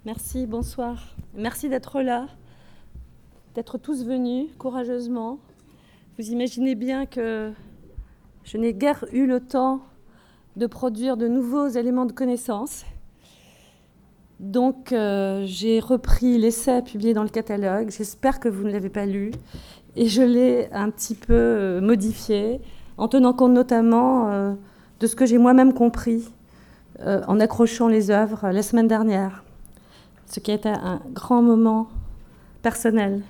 Merci, bonsoir. Merci d'être là, d'être tous venus courageusement. Vous imaginez bien que je n'ai guère eu le temps de produire de nouveaux éléments de connaissance. Donc j'ai repris l'essai publié dans le catalogue. J'espère que vous ne l'avez pas lu. Et je l'ai un petit peu modifié, en tenant compte notamment de ce que j'ai moi-même compris en accrochant les œuvres la semaine dernière. Ce qui a été un grand moment personnel.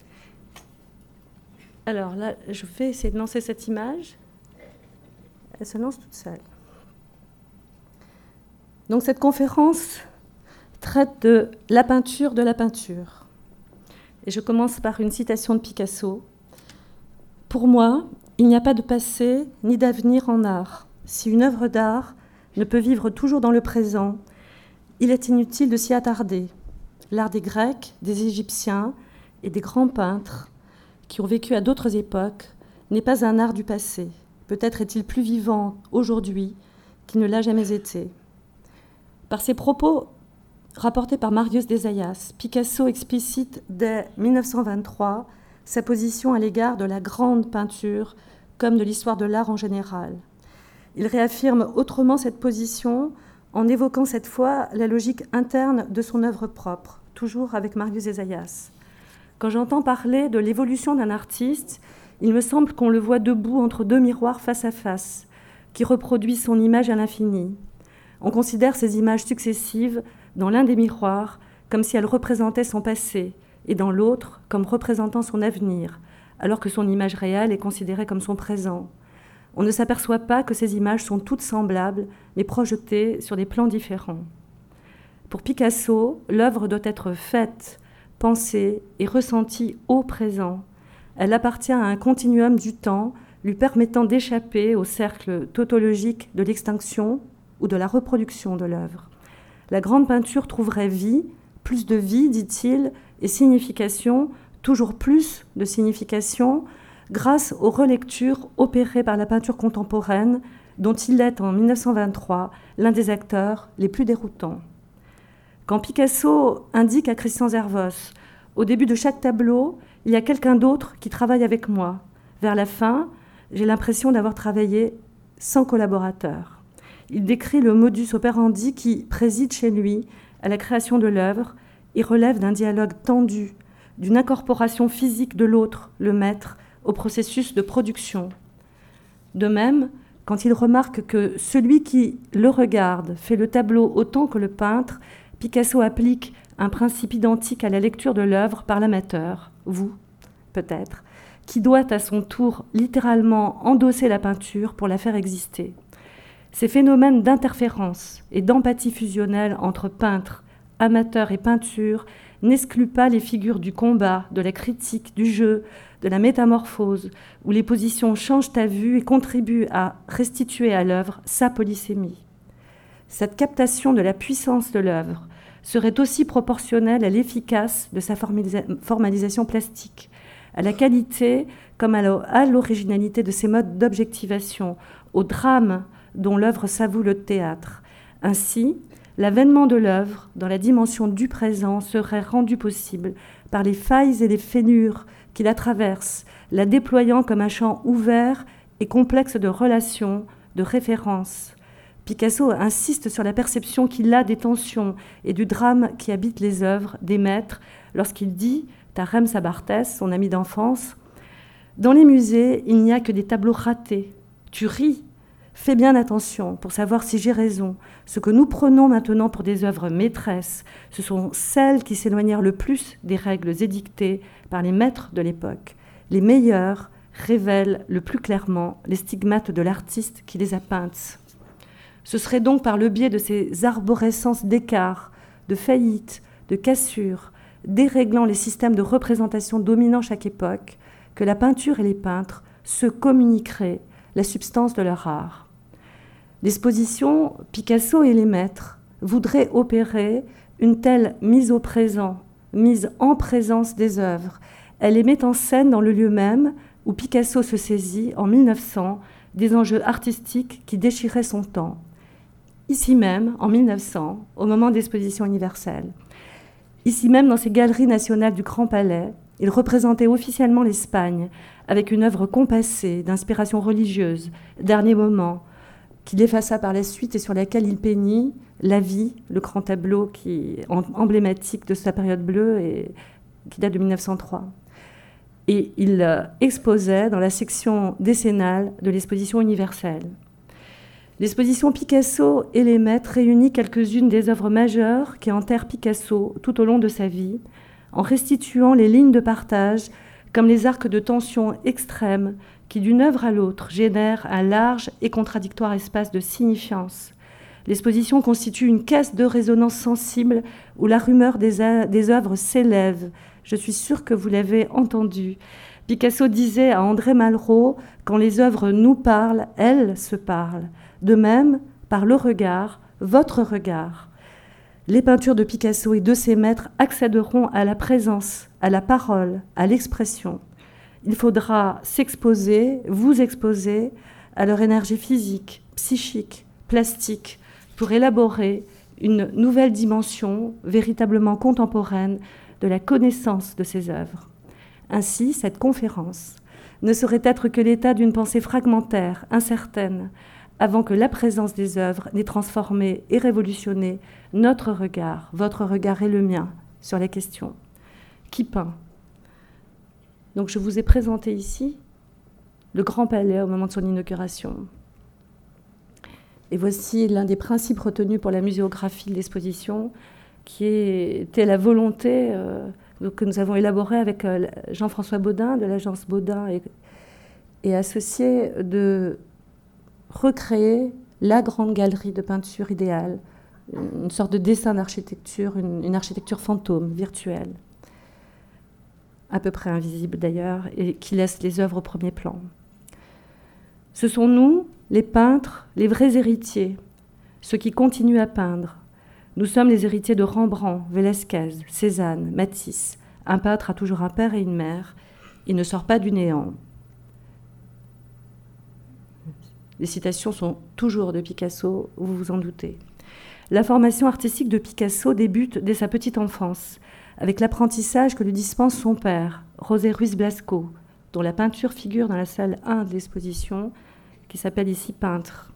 Alors là, je vais essayer de lancer cette image. Elle se lance toute seule. Donc cette conférence traite de la peinture de la peinture. Et je commence par une citation de Picasso. « Pour moi, il n'y a pas de passé ni d'avenir en art. Si une œuvre d'art ne peut vivre toujours dans le présent, il est inutile de s'y attarder. L'art des Grecs, des Égyptiens et des grands peintres qui ont vécu à d'autres époques n'est pas un art du passé. Peut-être est-il plus vivant aujourd'hui qu'il ne l'a jamais été. » Par ses propos rapportés par Marius Desayas, Picasso explicite dès 1923 sa position à l'égard de la grande peinture comme de l'histoire de l'art en général. Il réaffirme autrement cette position en évoquant cette fois la logique interne de son œuvre propre, toujours avec Marius Desayas. Quand j'entends parler de l'évolution d'un artiste, il me semble qu'on le voit debout entre deux miroirs face à face, qui reproduisent son image à l'infini. On considère ces images successives dans l'un des miroirs comme si elles représentaient son passé, et dans l'autre comme représentant son avenir, alors que son image réelle est considérée comme son présent. On ne s'aperçoit pas que ces images sont toutes semblables, mais projetées sur des plans différents. Pour Picasso, l'œuvre doit être faite, pensée et ressentie au présent. Elle appartient à un continuum du temps, lui permettant d'échapper au cercle tautologique de l'extinction ou de la reproduction de l'œuvre. La grande peinture trouverait vie, plus de vie, dit-il, et signification, toujours plus de signification, grâce aux relectures opérées par la peinture contemporaine, dont il est en 1923 l'un des acteurs les plus déroutants. Quand Picasso indique à Christian Zervos, au début de chaque tableau, il y a quelqu'un d'autre qui travaille avec moi. Vers la fin, j'ai l'impression d'avoir travaillé sans collaborateur. Il décrit le modus operandi qui préside chez lui à la création de l'œuvre et relève d'un dialogue tendu, d'une incorporation physique de l'autre, le maître, au processus de production. De même, quand il remarque que celui qui le regarde fait le tableau autant que le peintre, Picasso applique un principe identique à la lecture de l'œuvre par l'amateur, vous, peut-être, qui doit à son tour littéralement endosser la peinture pour la faire exister. Ces phénomènes d'interférence et d'empathie fusionnelle entre peintres, amateurs et peinture n'excluent pas les figures du combat, de la critique, du jeu, de la métamorphose, où les positions changent à vue et contribuent à restituer à l'œuvre sa polysémie. Cette captation de la puissance de l'œuvre serait aussi proportionnelle à l'efficace de sa formalisation plastique, à la qualité comme à l'originalité de ses modes d'objectivation, au drame dont l'œuvre s'avoue le théâtre. Ainsi, l'avènement de l'œuvre dans la dimension du présent serait rendu possible par les failles et les fêlures qui la traversent, la déployant comme un champ ouvert et complexe de relations, de références. Picasso insiste sur la perception qu'il a des tensions et du drame qui habite les œuvres des maîtres lorsqu'il dit à Remsa Barthès, son ami d'enfance, « Dans les musées, il n'y a que des tableaux ratés. Tu ris. Fais bien attention pour savoir si j'ai raison. Ce que nous prenons maintenant pour des œuvres maîtresses, ce sont celles qui s'éloignèrent le plus des règles édictées par les maîtres de l'époque. Les meilleures révèlent le plus clairement les stigmates de l'artiste qui les a peintes. Ce serait donc par le biais de ces arborescences d'écart, de faillite, de cassure, déréglant les systèmes de représentation dominant chaque époque, que la peinture et les peintres se communiqueraient la substance de leur art. L'exposition Picasso et les maîtres voudrait opérer une telle mise au présent, mise en présence des œuvres. Elle les met en scène dans le lieu même où Picasso se saisit, en 1900, des enjeux artistiques qui déchiraient son temps. ici même, en 1900, au moment de l'exposition universelle. Ici même, dans ces galeries nationales du Grand Palais, il représentait officiellement l'Espagne avec une œuvre compassée d'inspiration religieuse, dernier moment, qu'il effaça par la suite et sur laquelle il peignit La vie, le grand tableau qui est emblématique de sa période bleue et qui date de 1903. Et il exposait dans la section décennale de l'exposition universelle. L'exposition Picasso et les maîtres réunit quelques-unes des œuvres majeures qui enterrent Picasso tout au long de sa vie, en restituant les lignes de partage comme les arcs de tension extrêmes qui, d'une œuvre à l'autre, génèrent un large et contradictoire espace de signifiance. L'exposition constitue une caisse de résonance sensible où la rumeur des œuvres s'élève. Je suis sûre que vous l'avez entendu. Picasso disait à André Malraux, quand les œuvres nous parlent, elles se parlent. De même, par le regard, votre regard. Les peintures de Picasso et de ses maîtres accéderont à la présence, à la parole, à l'expression. Il faudra s'exposer, vous exposer à leur énergie physique, psychique, plastique, pour élaborer une nouvelle dimension véritablement contemporaine de la connaissance de ces œuvres. Ainsi, cette conférence ne saurait être que l'état d'une pensée fragmentaire, incertaine, avant que la présence des œuvres n'ait transformé et révolutionné notre regard, votre regard et le mien, sur la question. Qui peint ? Donc je vous ai présenté ici le Grand Palais au moment de son inauguration. Et voici l'un des principes retenus pour la muséographie de l'exposition, qui était la volonté que nous avons élaborée avec Jean-François Baudin, de l'agence Baudin et associés, de recréer la grande galerie de peinture idéale, une sorte de dessin d'architecture, une architecture fantôme, virtuelle, à peu près invisible d'ailleurs, et qui laisse les œuvres au premier plan. Ce sont nous, les peintres, les vrais héritiers, ceux qui continuent à peindre. Nous sommes les héritiers de Rembrandt, Velázquez, Cézanne, Matisse. Un peintre a toujours un père et une mère. Il ne sort pas du néant. Les citations sont toujours de Picasso, vous vous en doutez. La formation artistique de Picasso débute dès sa petite enfance, avec l'apprentissage que lui dispense son père, José Ruiz Blasco, dont la peinture figure dans la salle 1 de l'exposition, qui s'appelle ici Peintre.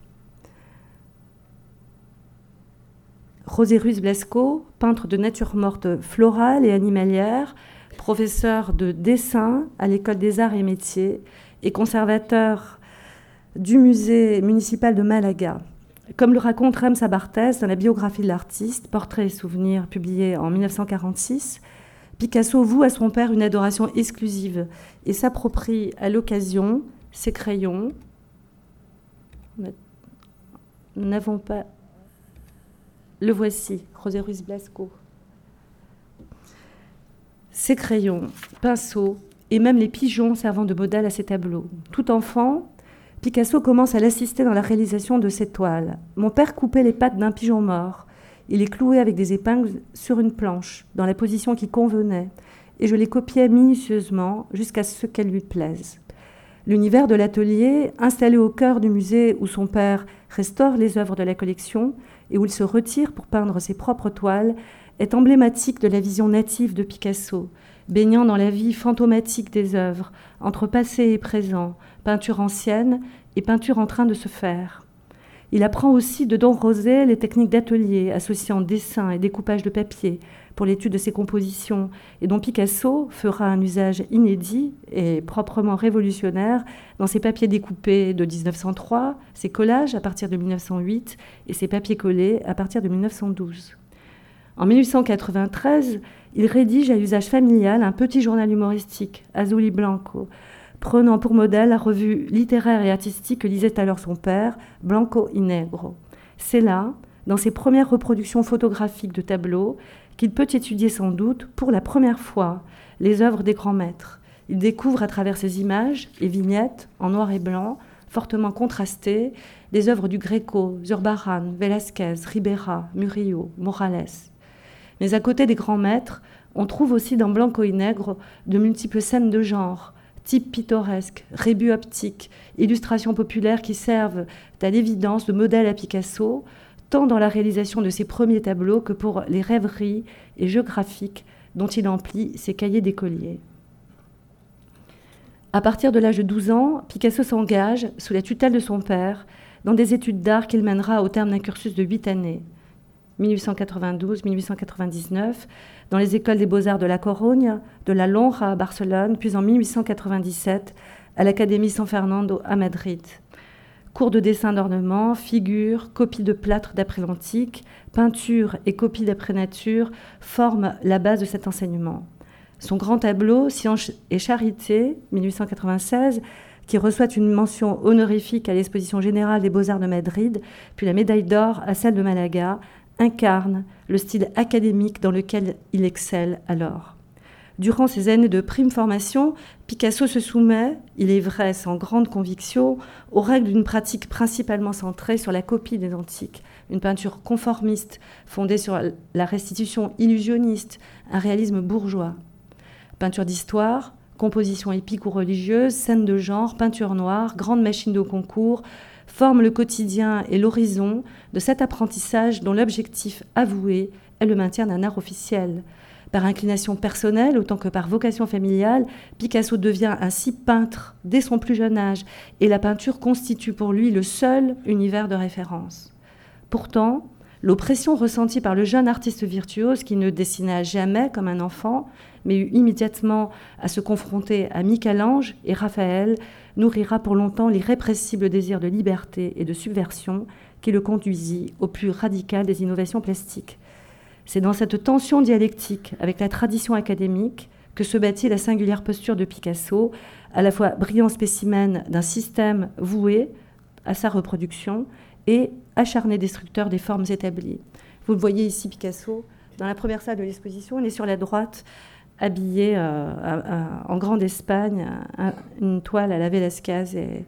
José Ruiz Blasco, peintre de nature morte florale et animalière, professeur de dessin à l'École des Arts et Métiers et conservateur du musée municipal de Malaga. Comme le raconte Remsa Barthez dans la biographie de l'artiste, Portraits et souvenirs, publié en 1946, Picasso voue à son père une adoration exclusive et s'approprie à l'occasion ses crayons. Nous n'avons pas... Le voici, José Ruiz Blasco. Ses crayons, pinceaux et même les pigeons servant de modèle à ses tableaux. Tout enfant, Picasso commence à l'assister dans la réalisation de ses toiles. Mon père coupait les pattes d'un pigeon mort. Il les clouait avec des épingles sur une planche, dans la position qui convenait, et je les copiais minutieusement jusqu'à ce qu'elles lui plaisent. L'univers de l'atelier, installé au cœur du musée où son père restaure les œuvres de la collection et où il se retire pour peindre ses propres toiles, est emblématique de la vision native de Picasso, baignant dans la vie fantomatique des œuvres, entre passé et présent, peinture ancienne et peinture en train de se faire. Il apprend aussi de Don Rosé les techniques d'atelier, associant dessin et découpage de papier pour l'étude de ses compositions, et dont Picasso fera un usage inédit et proprement révolutionnaire dans ses papiers découpés de 1903, ses collages à partir de 1908 et ses papiers collés à partir de 1912. En 1893, il rédige à usage familial un petit journal humoristique, Azul y Blanco, prenant pour modèle la revue littéraire et artistique que lisait alors son père, Blanco y Negro. C'est là, dans ses premières reproductions photographiques de tableaux, qu'il peut étudier sans doute, pour la première fois, les œuvres des grands maîtres. Il découvre à travers ces images et vignettes, en noir et blanc, fortement contrastées, des œuvres du Greco, Zurbarán, Velázquez, Ribera, Murillo, Morales. Mais à côté des grands maîtres, on trouve aussi dans Blanco y Negro de multiples scènes de genre, types pittoresques, rébus optiques, illustrations populaires qui servent à l'évidence de modèle à Picasso, tant dans la réalisation de ses premiers tableaux que pour les rêveries et jeux graphiques dont il emplit ses cahiers d'écolier. À partir de l'âge de 12 ans, Picasso s'engage, sous la tutelle de son père, dans des études d'art qu'il mènera au terme d'un cursus de 8 années, 1892-1899, dans les écoles des beaux-arts de La Coruña, de la Lonja à Barcelone, puis en 1897 à l'Académie San Fernando à Madrid. Cours de dessin d'ornement, figures, copies de plâtre d'après l'antique, peinture et copies d'après nature forment la base de cet enseignement. Son grand tableau, Science et Charité, 1896, qui reçoit une mention honorifique à l'exposition générale des Beaux-Arts de Madrid, puis la médaille d'or à celle de Malaga, incarne le style académique dans lequel il excelle alors. Durant ces années de prime formation, Picasso se soumet, il est vrai sans grande conviction, aux règles d'une pratique principalement centrée sur la copie des antiques, une peinture conformiste fondée sur la restitution illusionniste, un réalisme bourgeois. Peinture d'histoire, composition épique ou religieuse, scènes de genre, peinture noire, grande machine de concours, forment le quotidien et l'horizon de cet apprentissage dont l'objectif avoué est le maintien d'un art officiel. Par inclination personnelle autant que par vocation familiale, Picasso devient ainsi peintre dès son plus jeune âge et la peinture constitue pour lui le seul univers de référence. Pourtant, l'oppression ressentie par le jeune artiste virtuose qui ne dessina jamais comme un enfant, mais eut immédiatement à se confronter à Michel-Ange et Raphaël, nourrira pour longtemps l'irrépressible désir de liberté et de subversion qui le conduisit au plus radical des innovations plastiques. C'est dans cette tension dialectique avec la tradition académique que se bâtit la singulière posture de Picasso, à la fois brillant spécimen d'un système voué à sa reproduction et acharné destructeur des formes établies. Vous le voyez ici, Picasso, dans la première salle de l'exposition, il est sur la droite, habillé en grande Espagne, une toile à la Velázquez et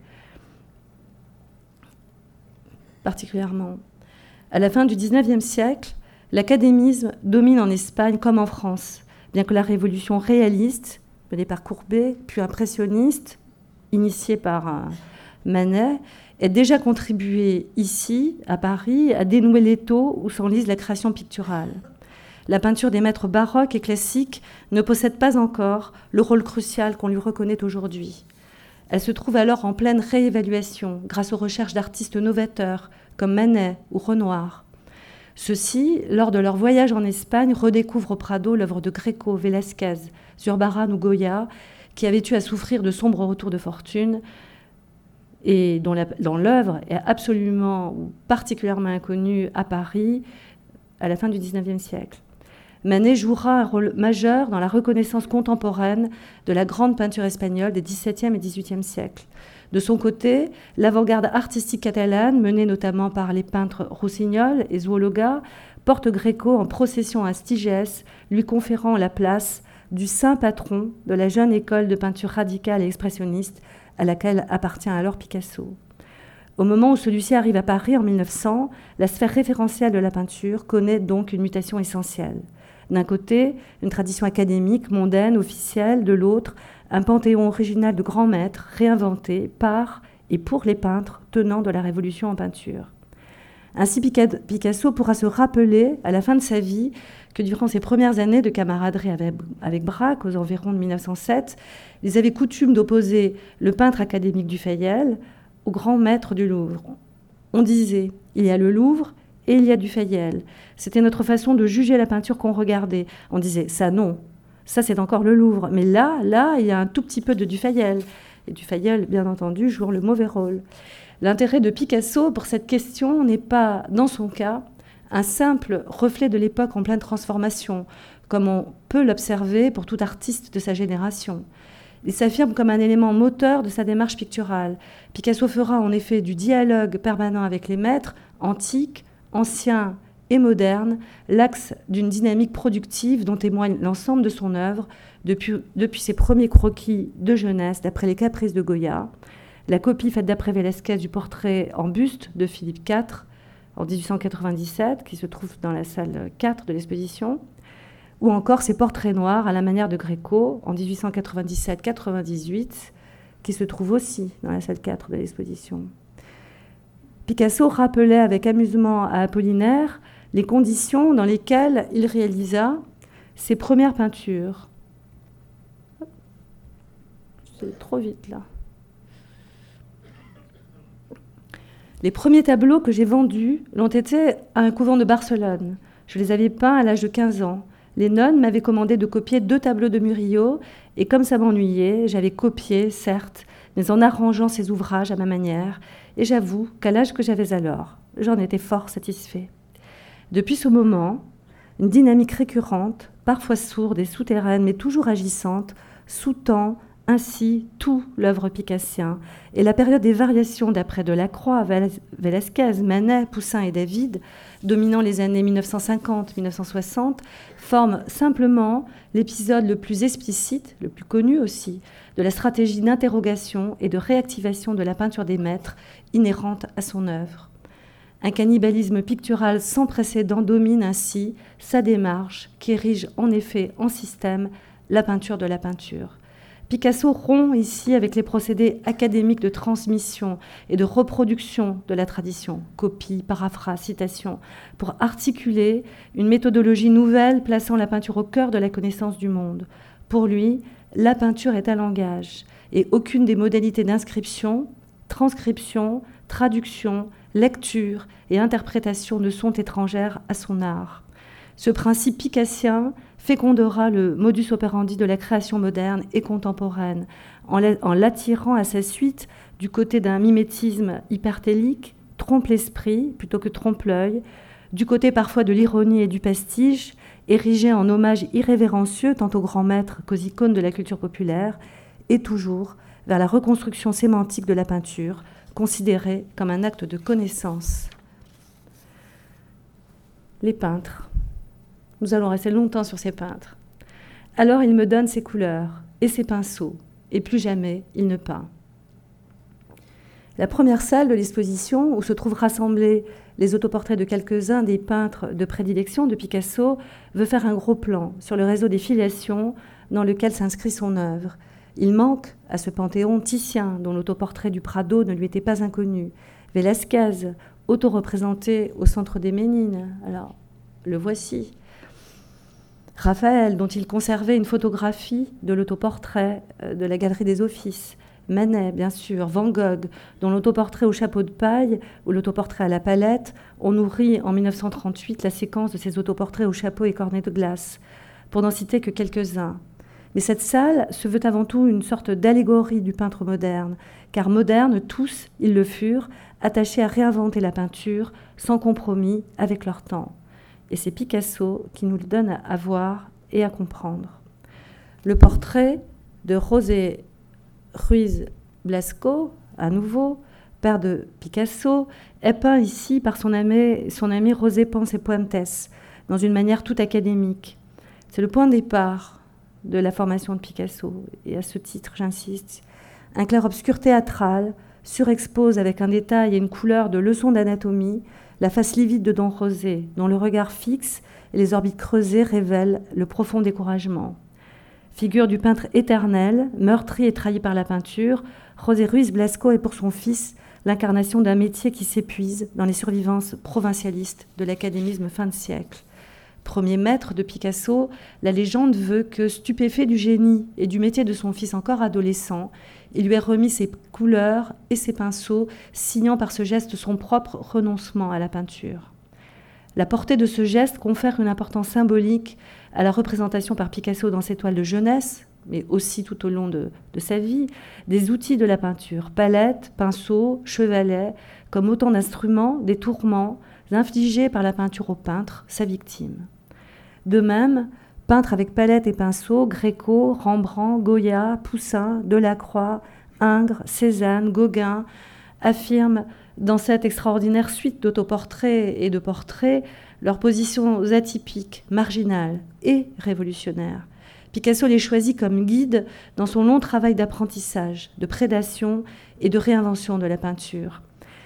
particulièrement. À la fin du XIXe siècle, l'académisme domine en Espagne comme en France, bien que la révolution réaliste, menée par Courbet, puis impressionniste, initiée par Manet, ait déjà contribué ici, à Paris, à dénouer l'étau où s'enlise la création picturale. La peinture des maîtres baroques et classiques ne possède pas encore le rôle crucial qu'on lui reconnaît aujourd'hui. Elle se trouve alors en pleine réévaluation grâce aux recherches d'artistes novateurs comme Manet ou Renoir. Ceux-ci, lors de leur voyage en Espagne, redécouvrent au Prado l'œuvre de Greco, Velázquez, Zurbarán ou Goya, qui avaient eu à souffrir de sombres retours de fortune et dont l'œuvre est absolument ou particulièrement inconnue à Paris à la fin du XIXe siècle. Manet jouera un rôle majeur dans la reconnaissance contemporaine de la grande peinture espagnole des XVIIe et XVIIIe siècles. De son côté, l'avant-garde artistique catalane, menée notamment par les peintres Rossignol et Zuologa, porte Greco en procession à Stigès, lui conférant la place du saint patron de la jeune école de peinture radicale et expressionniste à laquelle appartient alors Picasso. Au moment où celui-ci arrive à Paris en 1900, la sphère référentielle de la peinture connaît donc une mutation essentielle. D'un côté, une tradition académique, mondaine, officielle, de l'autre, un panthéon original de grands maîtres réinventés par et pour les peintres tenants de la Révolution en peinture. Ainsi, Picasso pourra se rappeler, à la fin de sa vie, que durant ses premières années de camaraderie avec Braque, aux environs de 1907, ils avaient coutume d'opposer le peintre académique Dufayel au grand maître du Louvre. On disait, il y a le Louvre et il y a Dufayel. C'était notre façon de juger la peinture qu'on regardait. On disait, ça non, ça c'est encore le Louvre. Mais là, il y a un tout petit peu de Dufayel. Et Dufayel, bien entendu, joue le mauvais rôle. L'intérêt de Picasso pour cette question n'est pas, dans son cas, un simple reflet de l'époque en pleine transformation, comme on peut l'observer pour tout artiste de sa génération. Il s'affirme comme un élément moteur de sa démarche picturale. Picasso fera en effet du dialogue permanent avec les maîtres, antiques, anciens et modernes, l'axe d'une dynamique productive dont témoigne l'ensemble de son œuvre, depuis ses premiers croquis de jeunesse d'après les caprices de Goya, la copie faite d'après Velázquez du portrait en buste de Philippe IV en 1897, qui se trouve dans la salle 4 de l'exposition, ou encore ses portraits noirs à la manière de Greco en 1897-98, qui se trouve aussi dans la salle 4 de l'exposition. Picasso rappelait avec amusement à Apollinaire les conditions dans lesquelles il réalisa ses premières peintures. C'est trop vite là. Les premiers tableaux que j'ai vendus l'ont été à un couvent de Barcelone. Je les avais peints à l'âge de 15 ans. Les nonnes m'avaient commandé de copier 2 tableaux de Murillo, et comme ça m'ennuyait, j'avais copié, certes, mais en arrangeant ces ouvrages à ma manière, et j'avoue qu'à l'âge que j'avais alors, j'en étais fort satisfait. Depuis ce moment, une dynamique récurrente, parfois sourde et souterraine, mais toujours agissante, sous-tend ainsi tout l'œuvre picassien, et la période des variations d'après Delacroix, Velázquez, Manet, Poussin et David, dominant les années 1950-1960, forme simplement l'épisode le plus explicite, le plus connu aussi, de la stratégie d'interrogation et de réactivation de la peinture des maîtres inhérente à son œuvre. Un cannibalisme pictural sans précédent domine ainsi sa démarche qui érige en effet en système la peinture de la peinture. Picasso rompt ici avec les procédés académiques de transmission et de reproduction de la tradition, copie, paraphrase, citation, pour articuler une méthodologie nouvelle plaçant la peinture au cœur de la connaissance du monde. Pour lui, la peinture est un langage et aucune des modalités d'inscription, transcription, traduction, lecture et interprétation ne sont étrangères à son art. Ce principe picassien fécondera le modus operandi de la création moderne et contemporaine, en l'attirant à sa suite du côté d'un mimétisme hypertélique, trompe l'esprit plutôt que trompe l'œil, du côté parfois de l'ironie et du pastiche, érigé en hommage irrévérencieux tant aux grands maîtres qu'aux icônes de la culture populaire, et toujours vers la reconstruction sémantique de la peinture, considérée comme un acte de connaissance. Les peintres. Nous allons rester longtemps sur ces peintres. Alors il me donne ses couleurs et ses pinceaux, et plus jamais il ne peint. La première salle de l'exposition, où se trouvent rassemblés les autoportraits de quelques-uns des peintres de prédilection de Picasso, veut faire un gros plan sur le réseau des filiations dans lequel s'inscrit son œuvre. Il manque à ce panthéon Titien, dont l'autoportrait du Prado ne lui était pas inconnu, Velázquez, auto-représenté au centre des Ménines. Alors, le voici. Raphaël, dont il conservait une photographie de l'autoportrait de la Galerie des Offices. Manet, bien sûr. Van Gogh, dont l'autoportrait au chapeau de paille ou l'autoportrait à la palette ont nourri en 1938 la séquence de ces autoportraits au chapeau et cornet de glace, pour n'en citer que quelques-uns. Mais cette salle se veut avant tout une sorte d'allégorie du peintre moderne, car modernes, tous, ils le furent, attachés à réinventer la peinture sans compromis avec leur temps. Et c'est Picasso qui nous le donne à voir et à comprendre. Le portrait de José Ruiz Blasco, à nouveau, père de Picasso, est peint ici par son ami José Ponce Puentes, dans une manière tout académique. C'est le point de départ de la formation de Picasso, et à ce titre, j'insiste, un clair-obscur théâtral surexpose avec un détail et une couleur de leçon d'anatomie la face livide de Don José, dont le regard fixe et les orbites creusées révèlent le profond découragement. Figure du peintre éternel, meurtri et trahi par la peinture, José Ruiz Blasco est pour son fils l'incarnation d'un métier qui s'épuise dans les survivances provincialistes de l'académisme fin de siècle. Premier maître de Picasso, la légende veut que, stupéfait du génie et du métier de son fils encore adolescent, il lui a remis ses couleurs et ses pinceaux, signant par ce geste son propre renoncement à la peinture. La portée de ce geste confère une importance symbolique à la représentation par Picasso dans ses toiles de jeunesse, mais aussi tout au long de sa vie, des outils de la peinture, palettes, pinceaux, chevalets, comme autant d'instruments, des tourments infligés par la peinture au peintre, sa victime. De même, peintre avec palette et pinceaux, Gréco, Rembrandt, Goya, Poussin, Delacroix, Ingres, Cézanne, Gauguin affirment dans cette extraordinaire suite d'autoportraits et de portraits leurs positions atypiques, marginales et révolutionnaires. Picasso les choisit comme guide dans son long travail d'apprentissage, de prédation et de réinvention de la peinture.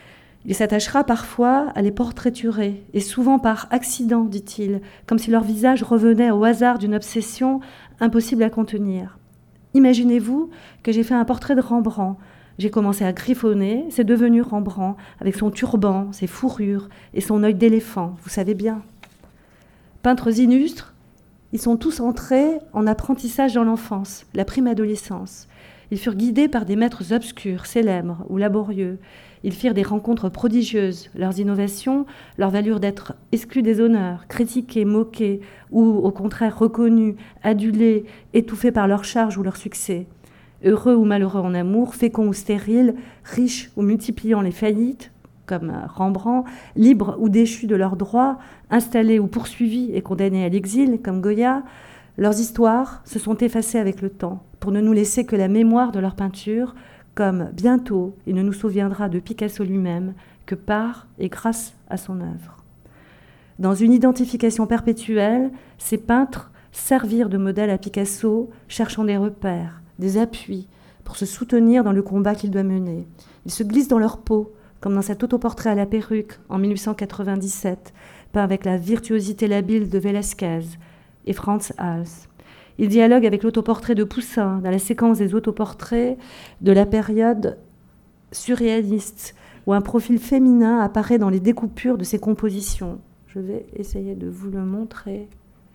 Il s'attachera parfois à les portraiturer, et souvent par accident, dit-il, comme si leur visage revenait au hasard d'une obsession impossible à contenir. Imaginez-vous que j'ai fait un portrait de Rembrandt. J'ai commencé à griffonner, c'est devenu Rembrandt, avec son turban, ses fourrures et son œil d'éléphant, vous savez bien. Peintres illustres, ils sont tous entrés en apprentissage dans l'enfance, la prime adolescence. Ils furent guidés par des maîtres obscurs, célèbres ou laborieux. Ils firent des rencontres prodigieuses. Leurs innovations leur valurent d'être exclus des honneurs, critiqués, moqués, ou au contraire reconnus, adulés, étouffés par leur charge ou leur succès. Heureux ou malheureux en amour, féconds ou stériles, riches ou multipliant les faillites, comme Rembrandt, libres ou déchus de leurs droits, installés ou poursuivis et condamnés à l'exil, comme Goya, leurs histoires se sont effacées avec le temps, pour ne nous laisser que la mémoire de leur peinture, comme bientôt il ne nous souviendra de Picasso lui-même que par et grâce à son œuvre. Dans une identification perpétuelle, ces peintres servirent de modèle à Picasso, cherchant des repères, des appuis, pour se soutenir dans le combat qu'il doit mener. Ils se glissent dans leur peau, comme dans cet autoportrait à la perruque en 1897, peint avec la virtuosité labile de Velázquez et Frans Hals. Il dialogue avec l'autoportrait de Poussin dans la séquence des autoportraits de la période surréaliste, où un profil féminin apparaît dans les découpures de ses compositions. Je vais essayer de vous le montrer.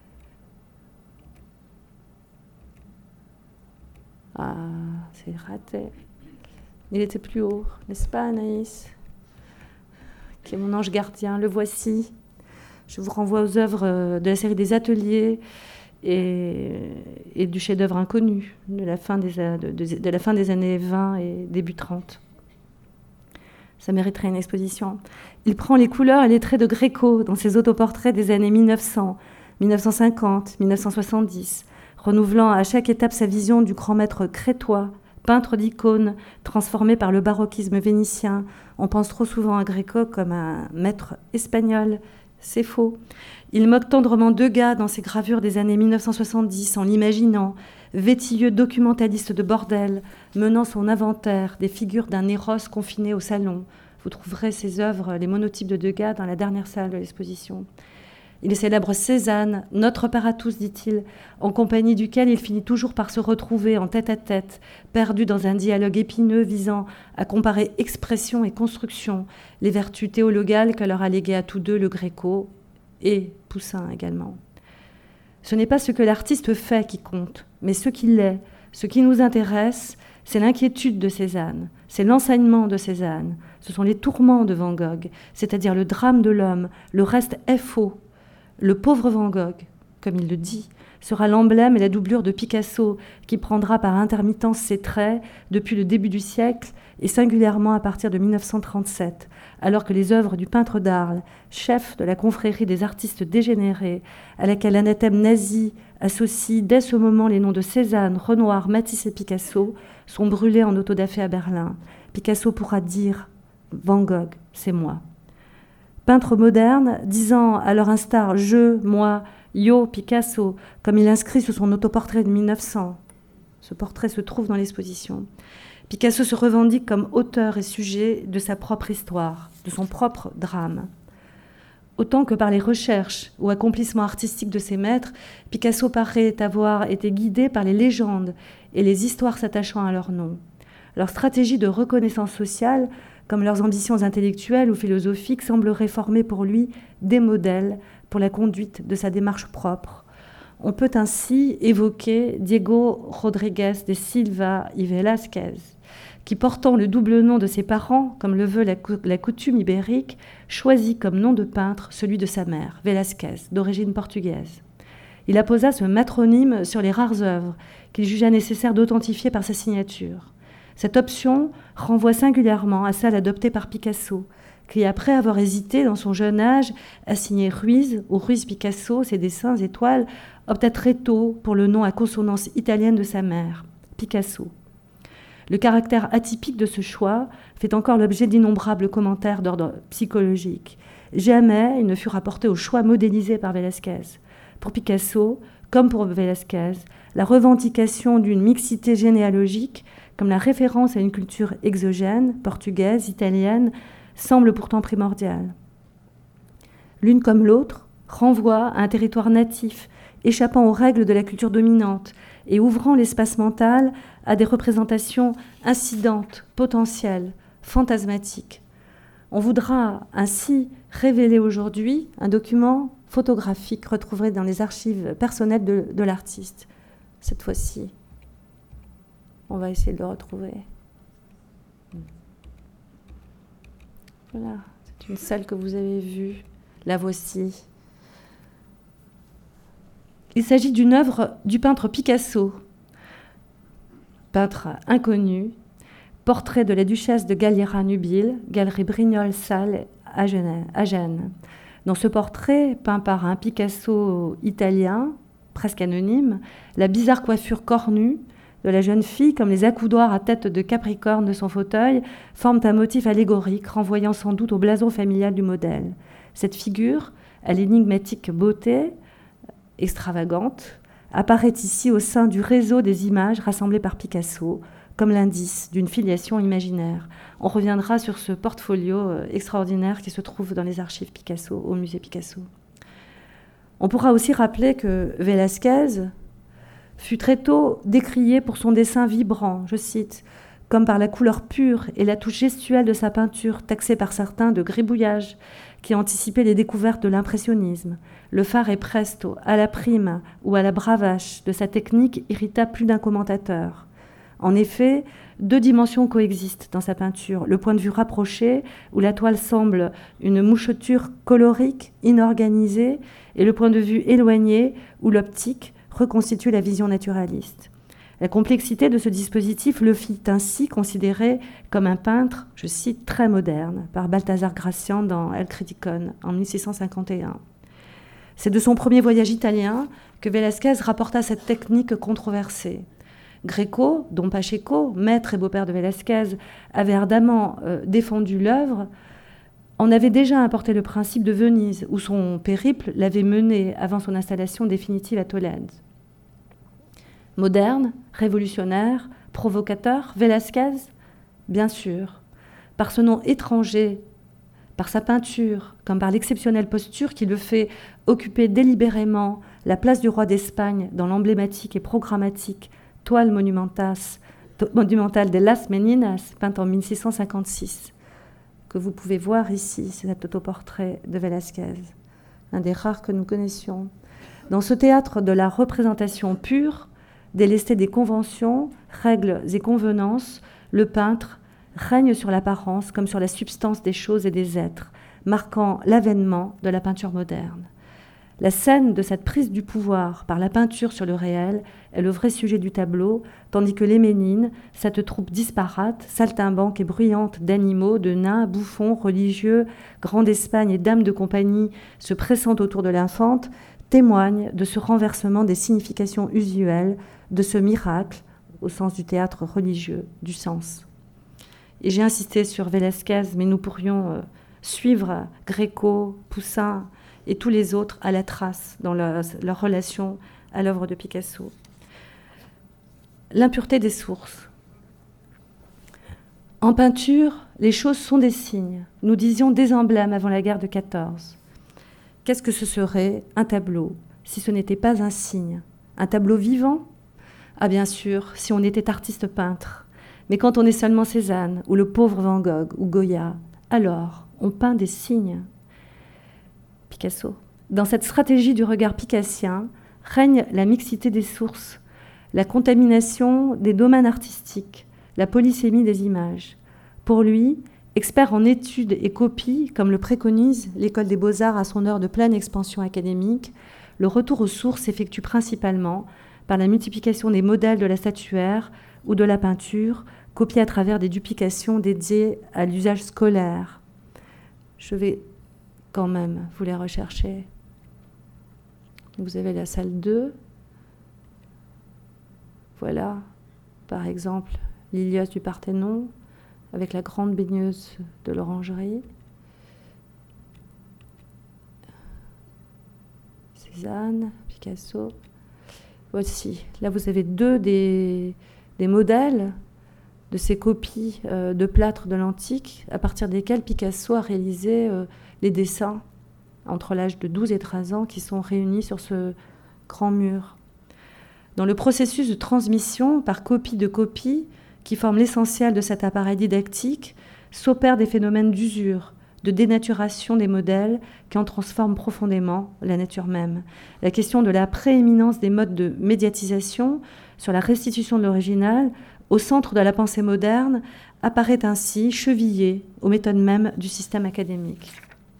Ah, c'est raté. Il était plus haut, n'est-ce pas, Anaïs? Qui est mon ange gardien, le voici. Je vous renvoie aux œuvres de la série des Ateliers et du chef-d'œuvre inconnu de la fin des années 20 et début 30. Ça mériterait une exposition. Il prend les couleurs et les traits de Gréco dans ses autoportraits des années 1900, 1950, 1970, renouvelant à chaque étape sa vision du grand maître crétois, peintre d'icônes transformé par le baroquisme vénitien. On pense trop souvent à Gréco comme un maître espagnol. C'est faux. Il moque tendrement Degas dans ses gravures des années 1970 en l'imaginant, vétilleux documentaliste de bordel, menant son inventaire des figures d'un Eros confiné au salon. Vous trouverez ses œuvres, les monotypes de Degas, dans la dernière salle de l'exposition. Il célèbre Cézanne, notre père à tous, dit-il, en compagnie duquel il finit toujours par se retrouver en tête-à-tête, perdu dans un dialogue épineux visant à comparer expression et construction, les vertus théologales que leur a léguées à tous deux le Gréco et Poussin également. Ce n'est pas ce que l'artiste fait qui compte, mais ce qu'il est. Ce qui nous intéresse, c'est l'inquiétude de Cézanne, c'est l'enseignement de Cézanne, ce sont les tourments de Van Gogh, c'est-à-dire le drame de l'homme, le reste est faux. Le pauvre Van Gogh, comme il le dit, sera l'emblème et la doublure de Picasso, qui prendra par intermittence ses traits depuis le début du siècle et singulièrement à partir de 1937, alors que les œuvres du peintre d'Arles, chef de la confrérie des artistes dégénérés, à laquelle l'anathème nazi associe dès ce moment les noms de Cézanne, Renoir, Matisse et Picasso, sont brûlées en autodafé à Berlin. Picasso pourra dire « Van Gogh, c'est moi ». Peintre moderne, disant à leur instar « je, moi, yo, Picasso », comme il inscrit sur son autoportrait de 1900. Ce portrait se trouve dans l'exposition. Picasso se revendique comme auteur et sujet de sa propre histoire, de son propre drame. Autant que par les recherches ou accomplissements artistiques de ses maîtres, Picasso paraît avoir été guidé par les légendes et les histoires s'attachant à leur nom. Leur stratégie de reconnaissance sociale, comme leurs ambitions intellectuelles ou philosophiques, sembleraient former pour lui des modèles pour la conduite de sa démarche propre. On peut ainsi évoquer Diego Rodrigues de Silva y Velázquez, qui, portant le double nom de ses parents, comme le veut la coutume ibérique, choisit comme nom de peintre celui de sa mère, Velázquez, d'origine portugaise. Il apposa ce matronyme sur les rares œuvres qu'il jugea nécessaire d'authentifier par sa signature. Cette option renvoie singulièrement à celle adoptée par Picasso, qui, après avoir hésité dans son jeune âge à signer Ruiz ou Ruiz Picasso, ses dessins et toiles, opta très tôt pour le nom à consonance italienne de sa mère, Picasso. Le caractère atypique de ce choix fait encore l'objet d'innombrables commentaires d'ordre psychologique. Jamais il ne fut rapporté au choix modélisé par Velázquez. Pour Picasso, comme pour Velázquez, la revendication d'une mixité généalogique, comme la référence à une culture exogène, portugaise, italienne, semble pourtant primordiale. L'une comme l'autre renvoie à un territoire natif échappant aux règles de la culture dominante et ouvrant l'espace mental à des représentations incidentes, potentielles, fantasmatiques. On voudra ainsi révéler aujourd'hui un document photographique retrouvé dans les archives personnelles de l'artiste. Cette fois-ci, on va essayer de le retrouver. Voilà, c'est une salle que vous avez vue. La voici. Il s'agit d'une œuvre du peintre Picasso, peintre inconnu, portrait de la duchesse de Galliera-Nubile, galerie Brignoles-Salles à Gênes. Dans ce portrait, peint par un Picasso italien, presque anonyme, la bizarre coiffure cornue de la jeune fille, comme les accoudoirs à tête de Capricorne de son fauteuil, forment un motif allégorique, renvoyant sans doute au blason familial du modèle. Cette figure, à l'énigmatique beauté extravagante, apparaît ici au sein du réseau des images rassemblées par Picasso, comme l'indice d'une filiation imaginaire. On reviendra sur ce portfolio extraordinaire qui se trouve dans les archives Picasso, au musée Picasso. On pourra aussi rappeler que Velázquez fut très tôt décrié pour son dessin vibrant, je cite, comme par la couleur pure et la touche gestuelle de sa peinture, taxée par certains de gribouillage, qui anticipait les découvertes de l'impressionnisme. Le phare et presto, à la prime ou à la bravache de sa technique irrita plus d'un commentateur. En effet, deux dimensions coexistent dans sa peinture. Le point de vue rapproché, où la toile semble une moucheture colorique, inorganisée, et le point de vue éloigné, où l'optique reconstitue la vision naturaliste. La complexité de ce dispositif le fit ainsi considérer comme un peintre, je cite, très moderne, par Balthazar Gracian dans El Criticón en 1651. C'est de son premier voyage italien que Velázquez rapporta cette technique controversée. Greco, dont Pacheco, maître et beau-père de Velázquez, avait ardemment défendu l'œuvre, en avait déjà importé le principe de Venise, où son périple l'avait mené avant son installation définitive à Tolède. Moderne, révolutionnaire, provocateur, Velázquez, bien sûr, par ce nom étranger, par sa peinture, comme par l'exceptionnelle posture qui le fait occuper délibérément la place du roi d'Espagne dans l'emblématique et programmatique toile monumentale de Las Meninas, peinte en 1656, que vous pouvez voir ici, c'est cet autoportrait de Velázquez, un des rares que nous connaissions. Dans ce théâtre de la représentation pure, délesté des conventions, règles et convenances, le peintre règne sur l'apparence comme sur la substance des choses et des êtres, marquant l'avènement de la peinture moderne. La scène de cette prise du pouvoir par la peinture sur le réel est le vrai sujet du tableau, tandis que les Ménines, cette troupe disparate, saltimbanque et bruyante d'animaux, de nains, bouffons, religieux, grands d'Espagne et dames de compagnie se pressant autour de l'infante, témoignent de ce renversement des significations usuelles, de ce miracle, au sens du théâtre religieux, du sens. Et j'ai insisté sur Velázquez, mais nous pourrions suivre Greco, Poussin et tous les autres à la trace dans leur relation à l'œuvre de Picasso. L'impureté des sources. En peinture, les choses sont des signes. Nous disions des emblèmes avant la guerre de 14. Qu'est-ce que ce serait un tableau, si ce n'était pas un signe? Un tableau vivant? Ah bien sûr, si on était artiste peintre. Mais quand on est seulement Cézanne, ou le pauvre Van Gogh, ou Goya, alors on peint des signes. Picasso. Dans cette stratégie du regard picassien règne la mixité des sources, la contamination des domaines artistiques, la polysémie des images. Pour lui, expert en études et copies, comme le préconise l'École des Beaux-Arts à son heure de pleine expansion académique, le retour aux sources s'effectue principalement par la multiplication des modèles de la statuaire ou de la peinture, copiés à travers des duplications dédiées à l'usage scolaire. Je vais quand même vous les rechercher. Vous avez la salle 2. Voilà, par exemple, l'Ilios du Parthénon, avec la grande baigneuse de l'orangerie. Cézanne, Picasso. Voici, là vous avez deux des modèles de ces copies de plâtre de l'antique, à partir desquels Picasso a réalisé les dessins entre l'âge de 12 et 13 ans qui sont réunis sur ce grand mur. Dans le processus de transmission par copie de copie, qui forme l'essentiel de cet appareil didactique, s'opèrent des phénomènes d'usure, de dénaturation des modèles qui en transforment profondément la nature même. La question de la prééminence des modes de médiatisation sur la restitution de l'original au centre de la pensée moderne apparaît ainsi chevillée aux méthodes mêmes du système académique.